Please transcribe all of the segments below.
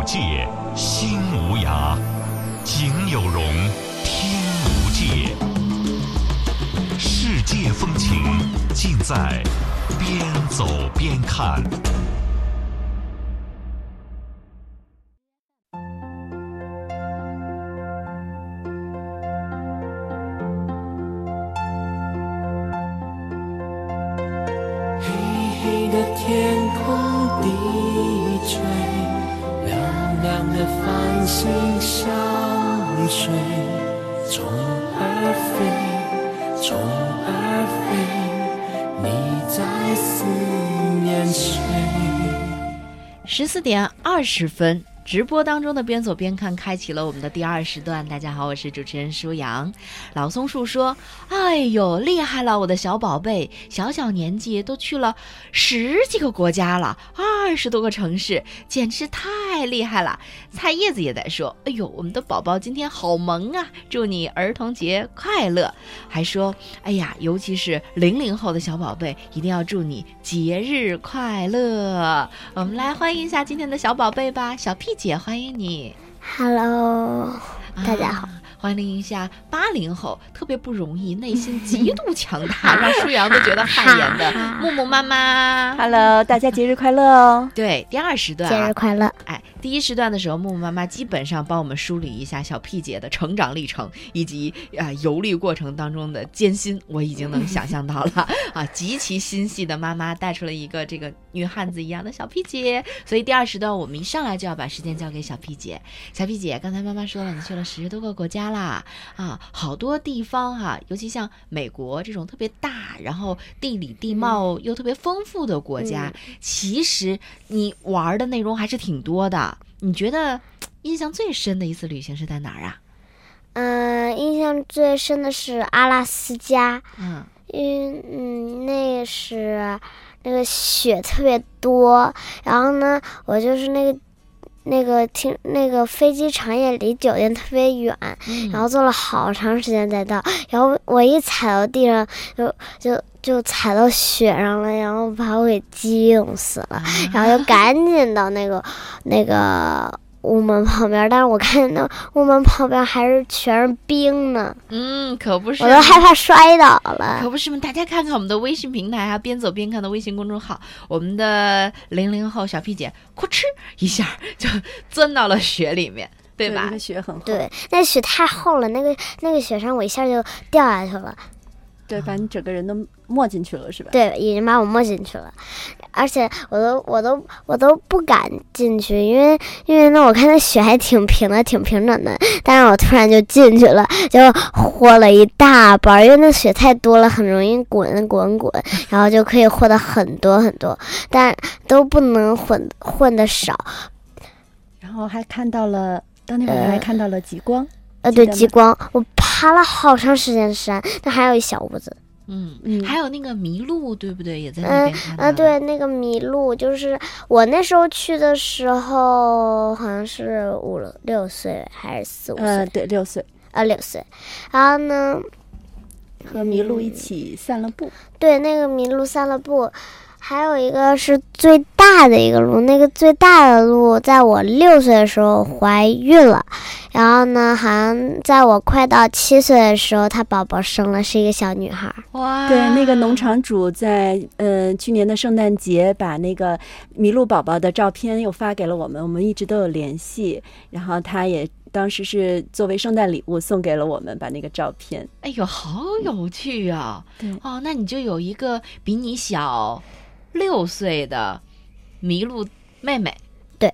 界，心无涯，景有容，听无界。世界风情尽在边走边看。 黑的天空低垂，亮亮的繁星相随，虫儿飞，虫儿飞，你在思念谁 ？14点20分，直播当中的边走边看开启了我们的第2时段。大家好，我是主持人舒阳。老松树说，哎呦，厉害了，我的小宝贝，小小年纪都去了10几个国家了，20多个城市，简直太厉害了。菜叶子也在说，哎呦，我们的宝宝今天好萌啊，祝你儿童节快乐。还说，哎呀，尤其是00后的小宝贝，一定要祝你节日快乐。我们来欢迎一下今天的小宝贝吧。小屁姐，欢迎你。 Hello， 大家好。 欢迎一下80后，特别不容易，内心极度强大，让舒阳都觉得汗颜的木木妈妈。 Hello， 大家节日快乐哦！ 对，第2时段节日快乐。 哎，第1时段的时候，木木妈妈基本上帮我们梳理一下小屁姐的成长历程，以及游历过程当中的艰辛，我已经能想象到了啊！极其心细的妈妈带出了一个这个女汉子一样的小屁姐，所以第2时段我们一上来就要把时间交给小屁姐。小屁姐，刚才妈妈说了，你去了10多个国家啦。好多地方尤其像美国这种特别大，然后地理地貌又特别丰富的国家，其实你玩的内容还是挺多的。你觉得印象最深的一次旅行是在哪儿啊？ 印象最深的是阿拉斯加。那是那个雪特别多，然后呢，我就是那个飞机场也离酒店特别远，然后坐了好长时间才到，然后我一踩到地上就踩到雪上了，然后把我给惊死了，然后就赶紧到那个屋门旁边，但是我看见那屋门旁边还是全是冰呢。 可不是， 我都害怕摔倒了。 可不是嘛，大家看看我们的微信平台边走边看的微信公众号，我们的00后小屁姐咵哧一下就钻到了雪里面，对吧？ 那个雪很厚。 对，那雪太厚了，那个雪山我一下就掉下去了。 对，把你整个人都没进去了，是吧？ 对，已经把我没进去了，而且我都不敢进去，因为呢，我看那雪还挺平的，挺平整的，但是我突然就进去了，就豁了一大半，因为那雪太多了，很容易滚，然后就可以豁的很多很多，但都不能混的少。 然后还看到了，当天晚上还看到了极光。 对，极光，我爬了好长时间山，那还有一小屋子。 还有那个麋鹿，对不对？也在那边看到。 对，那个麋鹿，就是我那时候去的时候，好像是5、6岁还是4、5岁？ 对，6岁。 6岁。然后呢， 和麋鹿一起散了步。 对，那个麋鹿散了步。还有一个是最大的一个鹿，那个最大的鹿在我6岁的时候怀孕了，然后呢，好像在我快到7岁的时候，她宝宝生了，是一个小女孩。 哇！ 对，那个农场主在去年的圣诞节把那个麋鹿宝宝的照片又发给了我们，我们一直都有联系，然后他也当时是作为圣诞礼物送给了我们，把那个照片。 哎呦，好有趣啊！ 对哦，那你就有一个比你小6岁的麋鹿妹妹。 对。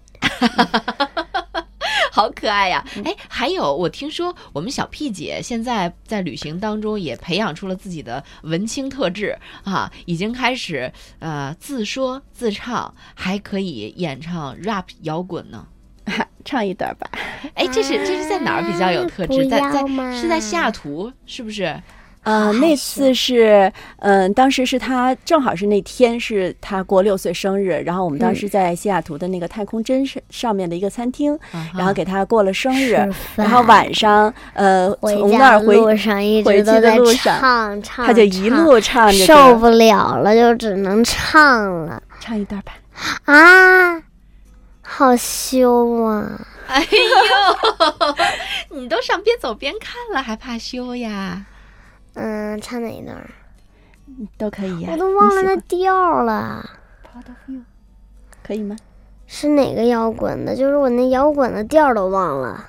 好可爱呀！还有我听说我们小屁姐现在在旅行当中也培养出了自己的文青特质已经开始自说自唱，还可以演唱 rap 摇滚呢。 唱一段吧。 这是在哪儿比较有特质？是在西雅图，是不是？ 那次是当时是他正好是那天是他过6岁生日，然后我们当时在西雅图的那个太空针上面的一个餐厅，然后给他过了生日，然后晚上从那儿回去的路上唱，他就一路唱着， 受不了了，就只能唱了。 唱一段吧。 啊，好好羞啊！ 哎呦，你都上边走边看了，还怕羞呀？ 唱哪一段？ 都可以呀、 我都忘了那你喜调了。 欢 Proud of you 可以吗？ 是哪个摇滚的？就是我那摇滚的调都忘了。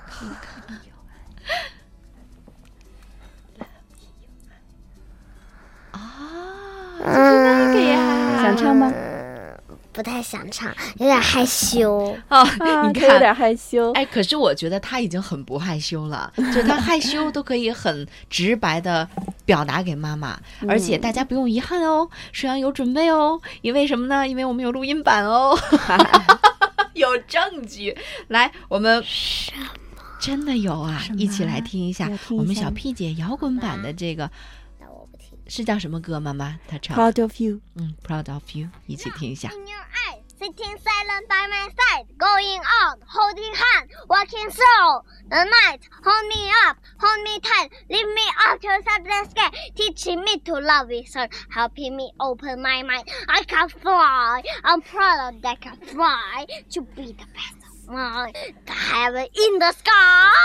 那个呀， 想唱吗？ 不太想唱，有点害羞。 哦， 啊， 你看。 他有点害羞。 哎，可是我觉得他已经很不害羞了，就他害羞都可以很直白的表达给妈妈，而且大家不用遗憾哦，舒阳有准备哦，因为什么呢？因为我们有录音版哦，有证据。来，我们真的有啊，一起来听一下来听一下我们小 P 姐摇滚版的这个那我不听。 是叫什么歌？妈妈她唱 Proud of you。 Proud of You， 一起听一下。 In your eyes, sitting silent by my side, going on, holding hand, walking through the night. Hold me up, hold me tight, lift me up to the sky, teaching me to love each other, helping me open my mind. I can fly, I'm proud that I can fly to be the best of mine, the heaven in the sky.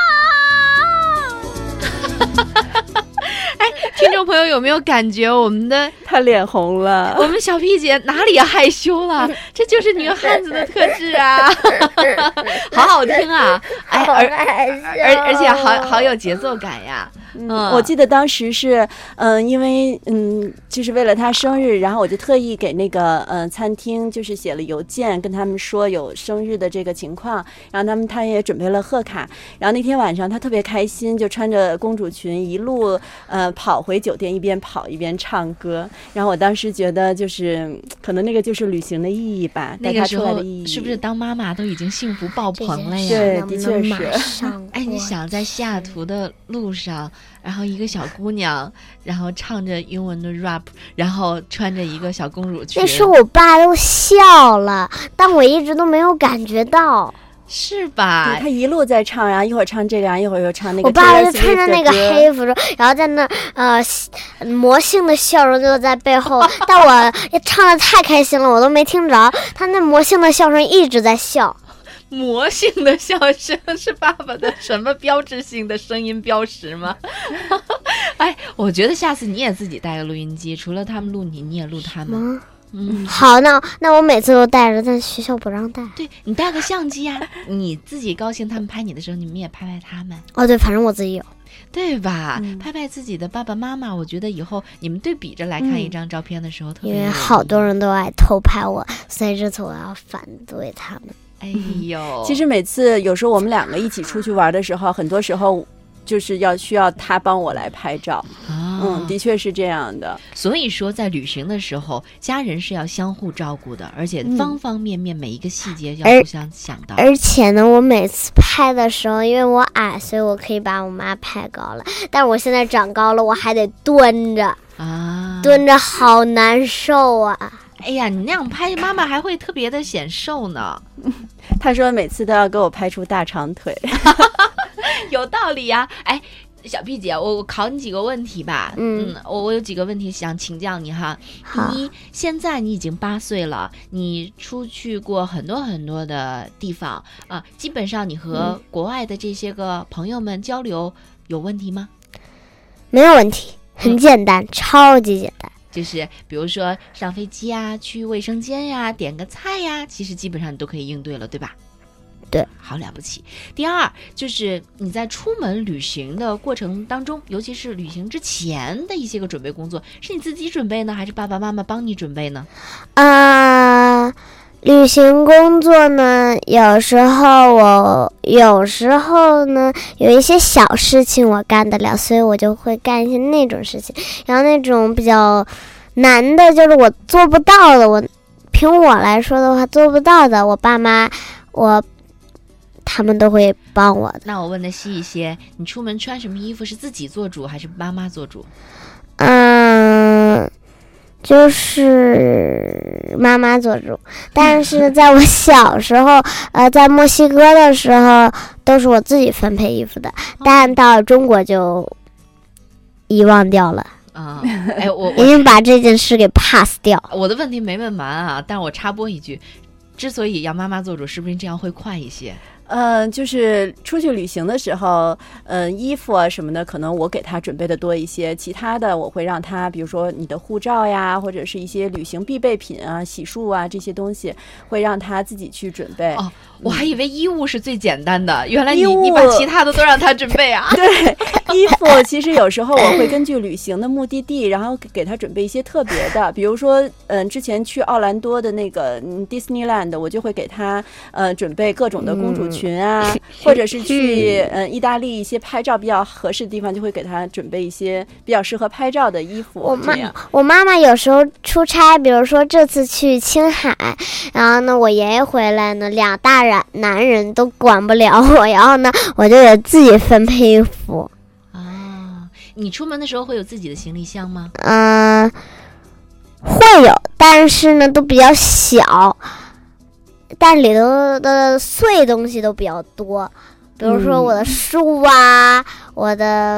听众朋友有没有感觉我们的他脸红了。 我们小 P 姐哪里害羞了？这就是女汉子的特质啊，好好听啊！哎，而且好有节奏感呀。 我记得当时是，因为就是为了他生日，然后我就特意给那个餐厅就是写了邮件，跟他们说有生日的这个情况，然后他也准备了贺卡，然后那天晚上他特别开心，就穿着公主裙一路跑回酒店，一边跑一边唱歌，然后我当时觉得就是可能那个就是旅行的意义吧，带他那个时候出来的意义， 是不是当妈妈都已经幸福爆棚了呀？ 对，的确是。 哎，你想在西雅图的路上，然后一个小姑娘，然后唱着英文的 rap， 然后穿着一个小公主裙， 那时候我爸都笑了，但我一直都没有感觉到。 是吧？ 他一路在唱，然后一会儿唱这个，然后一会儿又唱那个。 我爸就穿着那个黑服装，然后在那魔性的笑容就在背后，但我唱的太开心了，我都没听着，他那魔性的笑声一直在笑。 魔性的笑声是爸爸的什么标志性的声音标识吗？哎，我觉得下次你也自己带个录音机，除了他们录你，你也录他们。 好，那我每次都带着，但学校不让带。 对，你带个相机呀，你自己高兴他们拍你的时候，你们也拍拍他们。 哦，对，反正我自己有， 对吧？拍拍自己的爸爸妈妈，我觉得以后你们对比着来看一张照片的时候，特别因为好多人都爱偷拍我，所以这次我要反对他们。 哎呦， 其实每次有时候我们两个一起出去玩的时候，很多时候就是需要他帮我来拍照。的确是这样的。 所以说在旅行的时候，家人是要相互照顾的，而且方方面面每一个细节要互相想到。 而且呢，我每次拍的时候，因为我矮，所以我可以把我妈拍高了，但我现在长高了，我还得蹲着啊，蹲着好难受啊。 哎呀，你那样拍妈妈还会特别的显瘦呢。 他说每次都要给我拍出大长腿。 有道理呀。哎，小 P 姐，我考你几个问题吧。我有几个问题想请教你哈。第一，现在你已经8岁了，你出去过很多很多的地方啊，基本上你和国外的这些个朋友们交流有问题吗？ 没有问题，很简单，超级简单。 就是比如说上飞机啊，去卫生间呀，点个菜呀，其实基本上你都可以应对了，对吧？ 对， 好了不起。第二，就是你在出门旅行的过程当中，尤其是旅行之前的一些个准备工作，是你自己准备呢，还是爸爸妈妈帮你准备呢？ 旅行工作呢，有时候呢有一些小事情我干得了，所以我就会干一些那种事情。然后那种比较难的，就是我做不到的，凭我来说的话做不到的，我爸妈他们都会帮我的。 那我问的细一些，你出门穿什么衣服是自己做主还是妈妈做主？ 就是妈妈做主，但是在我小时候，在墨西哥的时候都是我自己分配衣服的，但到中国就遗忘掉了。 哎，我已经把这件事给 pass 掉。 我的问题没问完啊，但我插播一句。 之所以要妈妈做主，是不是这样会快一些？ 就是出去旅行的时候，衣服啊什么的，可能我给他准备的多一些，其他的我会让他，比如说你的护照呀，或者是一些旅行必备品啊、洗漱啊这些东西，会让他自己去准备。 哦，我还以为衣物是最简单的，原来你把其他的都让他准备啊？ 对，衣服其实有时候我会根据旅行的目的地，然后给他准备一些特别的，比如说，之前去奥兰多的那个Disneyland， 我就会给他准备各种的公主裙啊，或者是去意大利一些拍照比较合适的地方，就会给他准备一些比较适合拍照的衣服。 我妈妈有时候出差，比如说这次去青海，然后呢我爷爷回来呢，2大男人都管不了我，然后呢我就得自己分配衣服。 你出门的时候会有自己的行李箱吗？ 会有，但是呢都比较小，但里头的碎东西都比较多，比如说我的书啊，我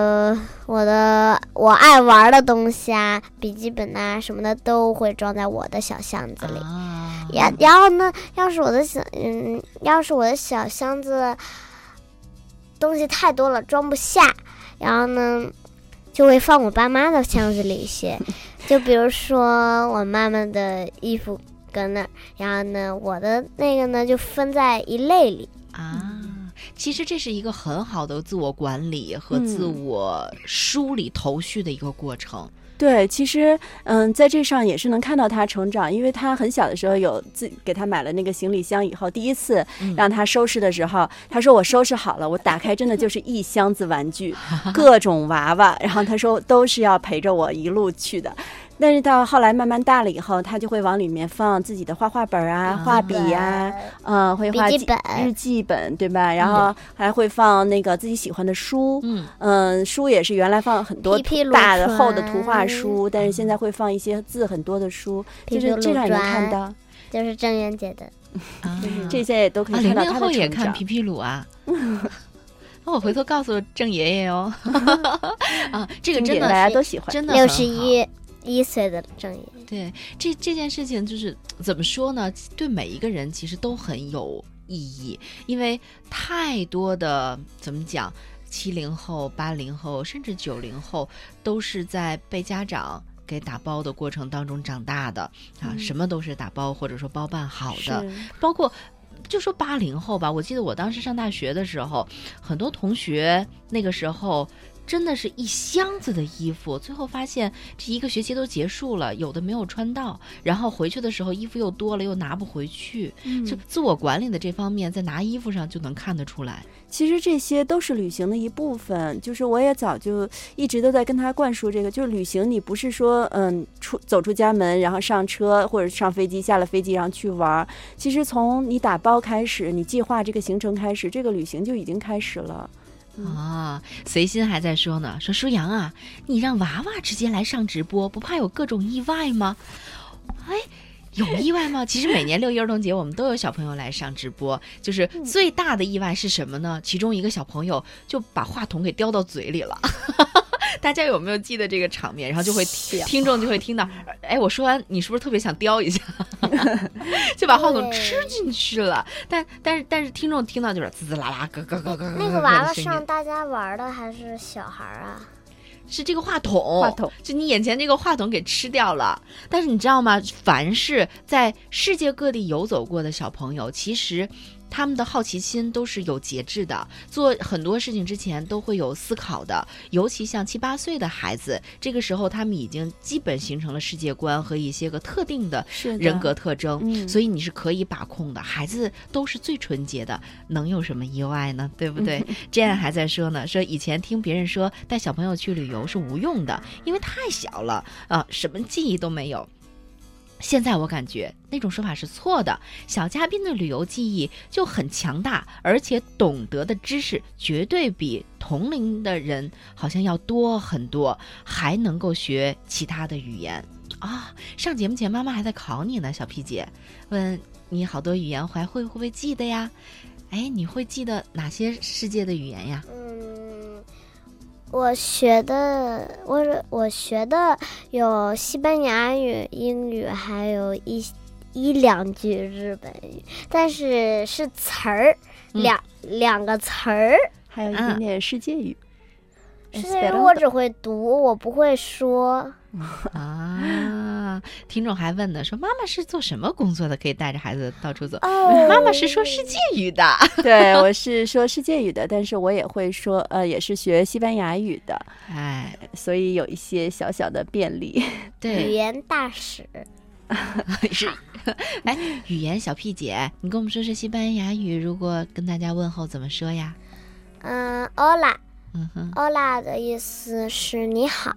爱玩的东西啊，笔记本啊什么的都会装在我的小箱子里。然后呢，要是我的小箱子东西太多了装不下，然后呢就会放我爸妈的箱子里一些，就比如说我妈妈的衣服搁那儿，然后呢我的那个呢就分在一类里啊。其实这是一个很好的自我管理和自我梳理头绪的一个过程。 对，其实在这上也是能看到他成长，因为他很小的时候有给他买了那个行李箱以后，第一次让他收拾的时候，他说我收拾好了，我打开真的就是一箱子玩具，各种娃娃，然后他说都是要陪着我一路去的。但是到后来慢慢大了以后，他就会往里面放自己的画本啊、画笔啊，会画日记本，对吧？然后还会放那个自己喜欢的书，书也是原来放很多大的厚的图画书，但是现在会放一些字很多的书，就是这样也能看到， 就是郑渊洁的， 这些也都可以看到他的成长。 060后也看皮皮鲁啊。我回头告诉郑爷爷哦。这个真的大家都喜欢， 真的 61岁的郑爷。 对，这件事情就是怎么说呢？对每一个人其实都很有意义，因为太多的怎么讲，70后、80后甚至90后都是在被家长给打包的过程当中长大的啊，什么都是打包或者说包办好的，包括。就说80后吧，我记得我当时上大学的时候，很多同学那个时候真的是一箱子的衣服，最后发现这一个学期都结束了，有的没有穿到，然后回去的时候衣服又多了，又拿不回去。就自我管理的这方面，在拿衣服上就能看得出来。 其实这些都是旅行的一部分，就是我也早就一直都在跟他灌输这个，就是旅行你不是说走出家门，然后上车或者上飞机，下了飞机然后去玩，其实从你打包开始，你计划这个行程开始，这个旅行就已经开始了。 随心还在说呢，说舒阳啊，你让娃娃直接来上直播，不怕有各种意外吗？有意外吗？其实每年6一儿童节我们都有小朋友来上直播，就是最大的意外是什么呢？其中一个小朋友就把话筒给叼到嘴里了。大家有没有记得这个场面？然后就会听众就会听到，我说完你是不是特别想叼一下？就把话筒吃进去了。但是听众听到就是滋滋啦啦咯咯咯咯。 那个娃娃上大家玩的还是小孩啊？ 是这个话筒，就你眼前这个话筒给吃掉了。但是你知道吗？凡是在世界各地游走过的小朋友，其实他们的好奇心都是有节制的，做很多事情之前都会有思考的。尤其像7、8岁的孩子，这个时候他们已经基本形成了世界观和一些个特定的人格特征，所以你是可以把控的。孩子都是最纯洁的，能有什么意外呢？对不对？这样还在说呢，说以前听别人说带小朋友去旅游是无用的，因为太小了啊，什么记忆都没有。现在我感觉那种说法是错的，小嘉宾的旅游记忆就很强大，而且懂得的知识绝对比同龄的人好像要多很多，还能够学其他的语言啊！上节目前妈妈还在考你呢，小 P 姐问你好多语言会不会记得呀？你会记得哪些世界的语言呀？ 我学的有西班牙语、英语，还有 1-2句日本语，但是是词儿，两个词儿。 还有一点点世界语。 世界语我只会读，我不会说。 啊，听众还问呢，说妈妈是做什么工作的，可以带着孩子到处走？ 哦， 妈妈是说世界语的。 对，我是说世界语的，但是我也会说，也是学西班牙语的， 哎， 所以有一些小小的便利。 对， 语言大使。 是。哎，语言小屁姐，你跟我们说说西班牙语，如果跟大家问候怎么说呀 ，Hola， Hola 的意思是你好。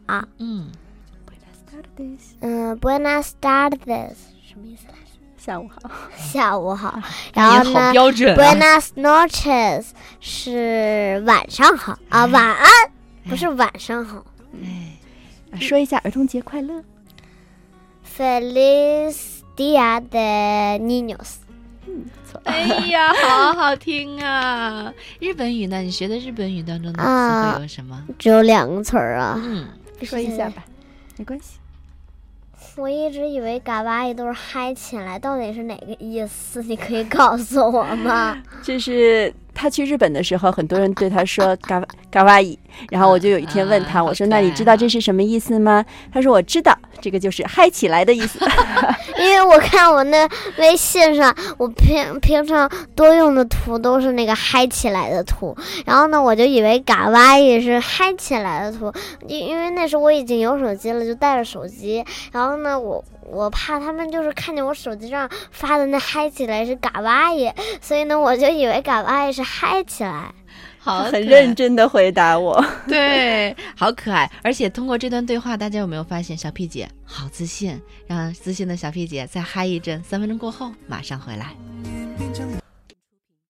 Buenas tardes， 什么意思来着？ 下午好。 下午好。然后呢， 好标准啊。 Buenas noches 是晚上好啊，晚安，不是晚上好。 说一下儿童节快乐。 Feliz Dia de Niños。 哎呀，好好听啊！日本语呢？你学的日本语当中的词汇有什么？ 只有2个词儿啊。 说一下吧，没关系。 我一直以为嘎巴伊都是嗨起来，到底是哪个意思？你可以告诉我吗？ 就是他去日本的时候，很多人对他说嘎哇伊，然后我就有一天问他，我说那你知道这是什么意思吗？他说我知道，这个就是嗨起来的意思。 因为我看我那微信上，我平常多用的图都是那个嗨起来的图，然后呢，我就以为嘎哇伊是嗨起来的图，因为那时候我已经有手机了，就带着手机，然后呢，我怕他们就是看见我手机上发的那嗨起来是嘎哇伊，所以呢，我就以为嘎哇伊是嗨起来。 好， 很认真的回答我。 对，好可爱。而且通过这段对话，大家有没有发现小屁姐好自信？让自信的小屁姐再嗨一阵，3分钟过后马上回来。